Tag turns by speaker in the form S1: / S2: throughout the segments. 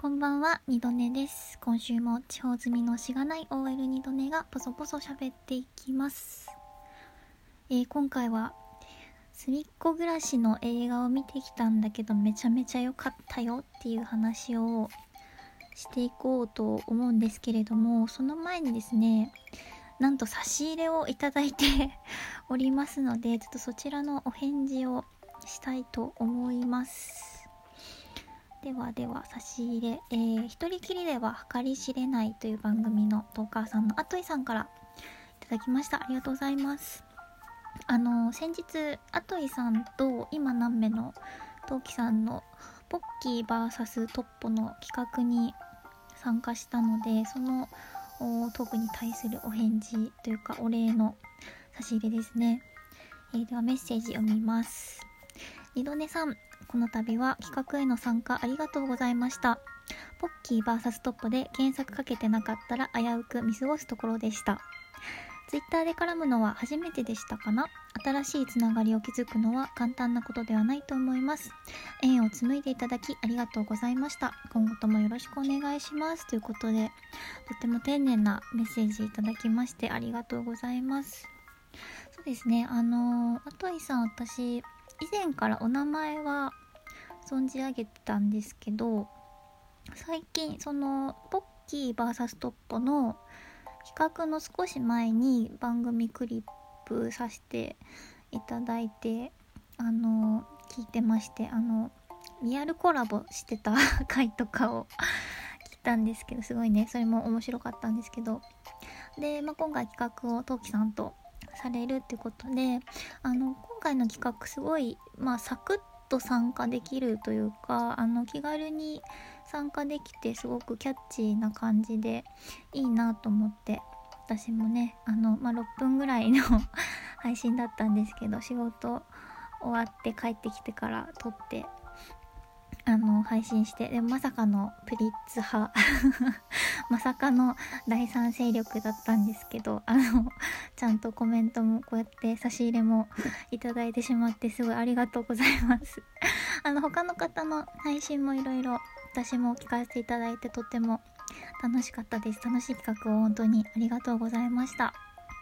S1: こんばんは、二度寝です。今週も地方住みのしがない OL 二度寝がポソポソ喋っていきます。今回はすみっこ暮らしの映画を見てきたんだけどめちゃめちゃ良かったよっていう話をしていこうと思うんですけれども、その前にですね、なんと差し入れをいただいておりますので、ちょっとそちらのお返事をしたいと思います。では差し入れ、一人きりでは計り知れないという番組のトーカーさんのあといさんからいただきました。ありがとうございます。先日あといさんと今何名のトウキさんのポッキー VS トッポの企画に参加したので、そのトークに対するお返事というかお礼の差し入れですね。ではメッセージ読みます。二度寝さん、この度は企画への参加ありがとうございました。ポッキー VS トッポで検索かけてなかったら危うく見過ごすところでした。ツイッターで絡むのは初めてでしたかな。新しいつながりを築くのは簡単なことではないと思います。縁を紡いでいただきありがとうございました。今後ともよろしくお願いしますということで、とても丁寧なメッセージいただきましてありがとうございます。そうですね、あといさん、私以前からお名前は存じ上げてたんですけど、最近そのポッキー VS トッポの企画の少し前に番組クリップさせていただいて聞いてまして、リアルコラボしてた回とかを聞いたんですけど、すごいね、それも面白かったんですけど、で、今回企画をトウキさんとされるってことで、今回の企画すごいサクッと参加できるというか、気軽に参加できてすごくキャッチーな感じでいいなと思って、私もね6分ぐらいの配信だったんですけど、仕事終わって帰ってきてから撮って配信して、でもまさかのプリッツ派まさかの第三勢力だったんですけど、ちゃんとコメントもこうやって差し入れもいただいてしまって、すごいありがとうございます他の方の配信もいろいろ私も聞かせていただいて、とっても楽しかったです。楽しい企画を本当にありがとうございました。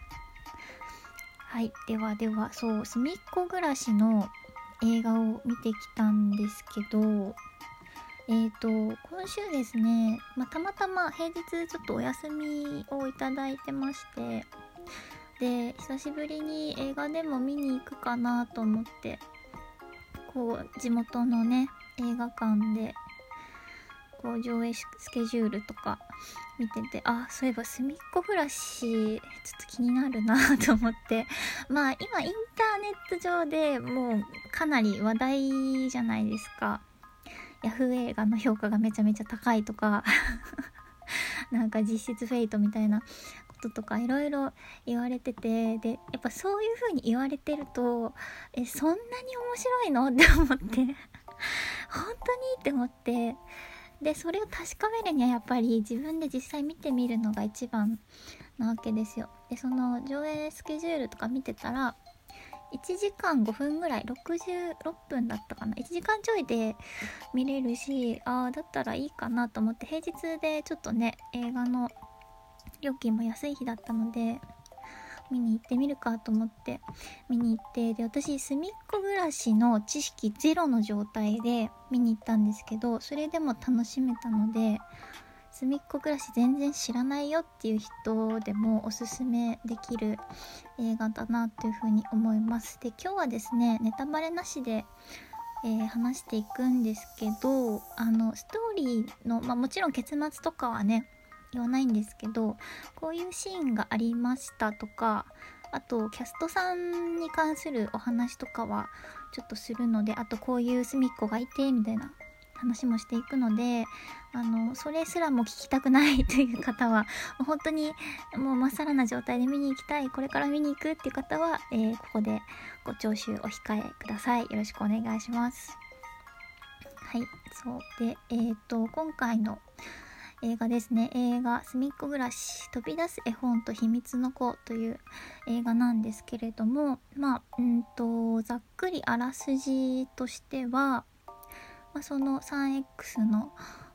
S1: はい、ではそう、すみっこ暮らしの映画を見てきたんですけど、今週ですね、たまたま平日ちょっとお休みをいただいてまして、で久しぶりに映画でも見に行くかなと思って、こう地元のね映画館でこう上映スケジュールとか見てて、そういえばすみっこ暮らしちょっと気になるなと思って、今インターネット上でもうかなり話題じゃないですか。ヤフー映画の評価がめちゃめちゃ高いとかなんか実質フェイトみたいなこととかいろいろ言われてて、でやっぱそういう風に言われてると、そんなに面白いのって思って本当にって思って、でそれを確かめるにはやっぱり自分で実際見てみるのが一番なわけですよ。でその上映スケジュールとか見てたら1時間5分ぐらい、66分だったかな、1時間ちょいで見れるし、だったらいいかなと思って、平日でちょっとね映画の料金も安い日だったので見に行ってみるかと思って見に行って、で私すみっこ暮らしの知識ゼロの状態で見に行ったんですけど、それでも楽しめたので、すみっこ暮らし全然知らないよっていう人でもおすすめできる映画だなというふうに思います。で今日はですねネタバレなしで、話していくんですけど、ストーリーの、もちろん結末とかはね言わないんですけど、こういうシーンがありましたとか、あとキャストさんに関するお話とかはちょっとするので、あとこういう隅っこがいてみたいな話もしていくので、それすらも聞きたくないという方は、もう本当にもうまっさらな状態で見に行きたい、これから見に行くっていう方は、ここでご聴取お控えください。よろしくお願いします。はい、そうで今回の映画ですね、映画すみっこ暮らし飛び出す絵本と秘密の子という映画なんですけれども、ざっくりあらすじとしては、その 3X の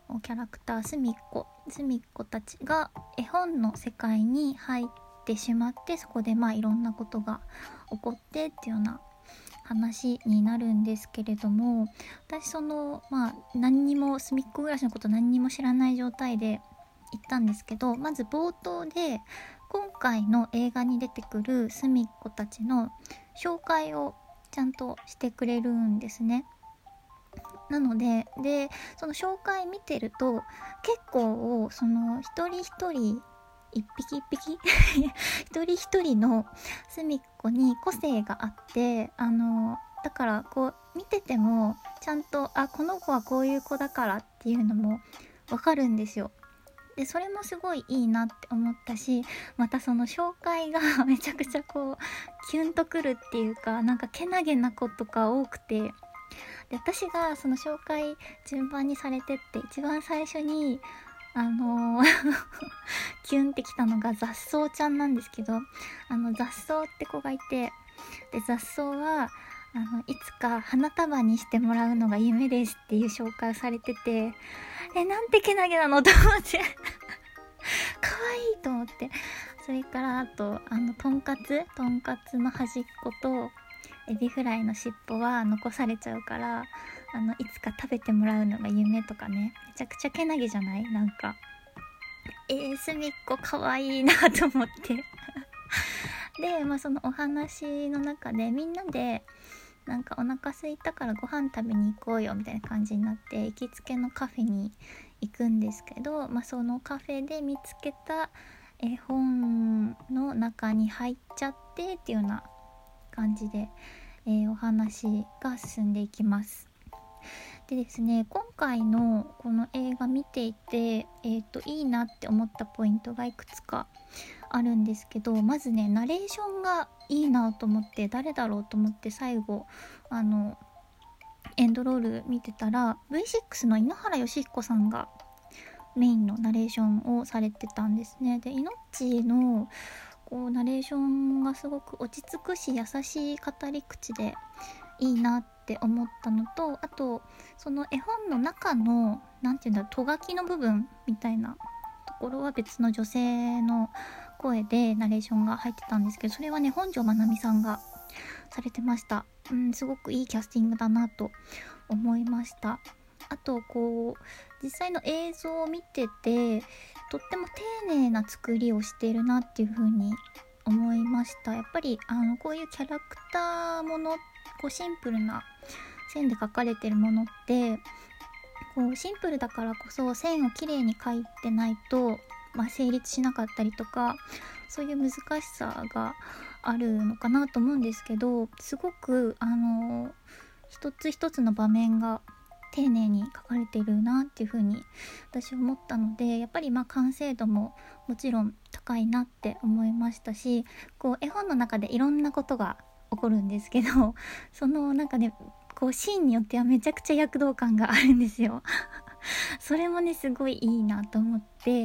S1: キャラクターすみっこたちが絵本の世界に入ってしまって、そこでいろんなことが起こってっていうような話になるんですけれども、私何にもすみっこ暮らしのこと何にも知らない状態で行ったんですけど、まず冒頭で今回の映画に出てくるすみっこたちの紹介をちゃんとしてくれるんですね。なのでその紹介見てると結構その一人一人一匹一人一人のすみっこに個性があって、だから見ててもちゃんとこの子はこういう子だからっていうのもわかるんですよ。でそれもすごいいいなって思ったし、またその紹介がめちゃくちゃキュンとくるっていうか、けなげな子とか多くて、で私がその紹介順番にされてって一番最初にキュンってきたのが雑草ちゃんなんですけど、雑草って子がいて、で雑草はいつか花束にしてもらうのが夢ですっていう紹介をされてて、なんてけなげなのと思ってかわいいと思って、それからあととんかつの端っことエビフライの尻尾は残されちゃうから、いつか食べてもらうのが夢とかね、めちゃくちゃけなげじゃない？すみっこかわいいなと思ってで、そのお話の中でみんなでお腹空いたからご飯食べに行こうよみたいな感じになって、行きつけのカフェに行くんですけど、そのカフェで見つけた絵本の中に入っちゃってっていうような感じで、お話が進んでいきます。でですね、今回のこの映画見ていて、いいなって思ったポイントがいくつかあるんですけど、まずねナレーションがいいなと思って、誰だろうと思って最後エンドロール見てたら V6 の井ノ原快彦さんがメインのナレーションをされてたんですね。でイノッチのナレーションがすごく落ち着くし優しい語り口でいいなって思ったのと、あとその絵本の中のとがきの部分みたいなところは別の女性の声でナレーションが入ってたんですけど、それはね本上まなみさんがされてました。すごくいいキャスティングだなと思いました。あと実際の映像を見ててとっても丁寧な作りをしているなっていう風に思いました。やっぱりこういうキャラクターものシンプルな線で描かれてるものってシンプルだからこそ線をきれいに描いてないと、成立しなかったりとか、そういう難しさがあるのかなと思うんですけど、すごく一つ一つの場面が丁寧に描かれているなっていう風に私は思ったので、やっぱり完成度ももちろん高いなって思いましたし、絵本の中でいろんなことが起こるんですけど、そのシーンによってはめちゃくちゃ躍動感があるんですよそれもねすごいいいなと思って、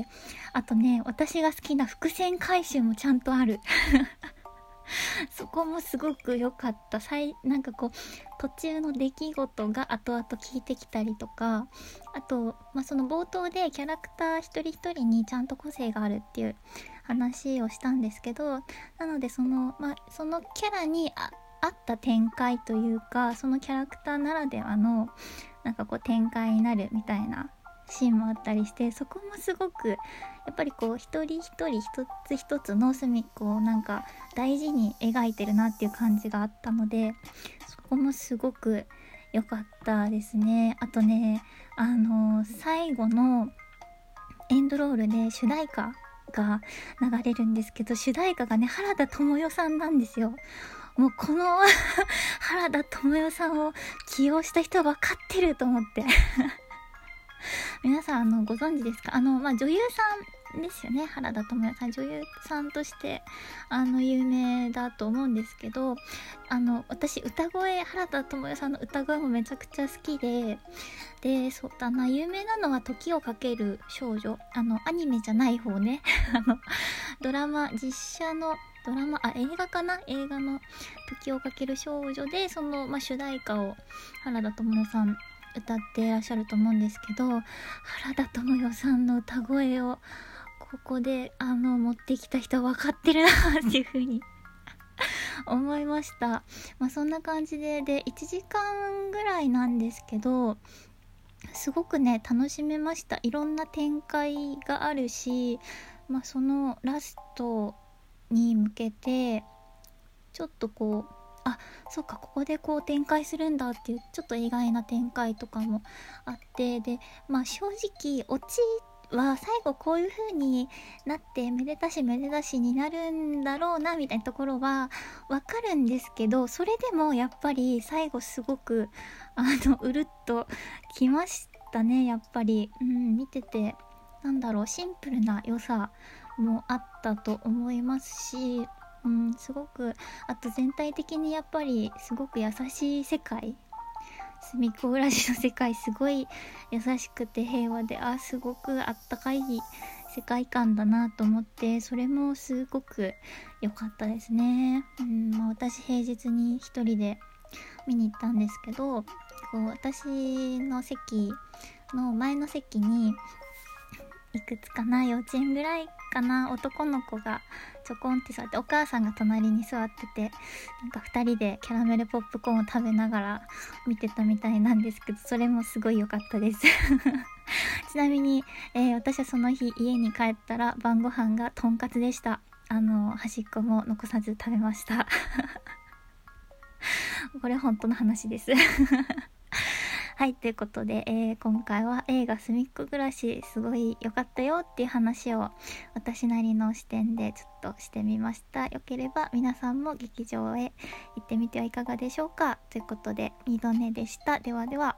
S1: あとね私が好きな伏線回収もちゃんとあるそこもすごく良かった。途中の出来事が後々聞いてきたりとか、あと、その冒頭でキャラクター一人一人にちゃんと個性があるっていう話をしたんですけど、なのでそのキャラに合った展開というか、そのキャラクターならではの展開になるみたいなシーンもあったりして、そこもすごくやっぱり一人一人一つ一つの隅っこを大事に描いてるなっていう感じがあったので、そこもすごく良かったですね。あとね最後のエンドロールで主題歌が流れるんですけど、主題歌がね原田知世さんなんですよ。もうこの原田知世さんを起用した人は分かってると思って皆さんご存知ですか？女優さんですよね。原田知世さん女優さんとして有名だと思うんですけど、私原田知世さんの歌声もめちゃくちゃ好きで、そうだな、有名なのは時をかける少女、アニメじゃない方ね実写のドラマ、映画かな、映画の時をかける少女で主題歌を原田知世さん歌っていらっしゃると思うんですけど、原田知世さんの歌声をここで持ってきた人は分かってるなっていう風に思いました。そんな感じで1時間ぐらいなんですけど、すごくね楽しめました。いろんな展開があるし、そのラストに向けてちょっとこう、そうか、ここでこう展開するんだっていうちょっと意外な展開とかもあって、で正直オチは最後こういう風になってめでたしめでたしになるんだろうなみたいなところはわかるんですけど、それでもやっぱり最後すごくうるっときましたね。やっぱり、見ててシンプルな良さもあったと思いますし、すごく、あと全体的にやっぱりすごく優しい世界、隅っこ暮らしの世界すごい優しくて平和で、すごくあったかい世界観だなと思って、それもすごく良かったですね。私平日に一人で見に行ったんですけど、私の席の前の席にいくつかな、幼稚園ぐらいかな、男の子がちょこんって座って、お母さんが隣に座ってて、2人でキャラメルポップコーンを食べながら見てたみたいなんですけど、それもすごい良かったですちなみに、私はその日家に帰ったら晩ご飯がとんかつでした。端っこも残さず食べましたこれ本当の話ですはい、ということで、今回は映画すみっこ暮らしすごい良かったよっていう話を私なりの視点でちょっとしてみました。よければ皆さんも劇場へ行ってみてはいかがでしょうか。ということで、二度寝でした。ではでは。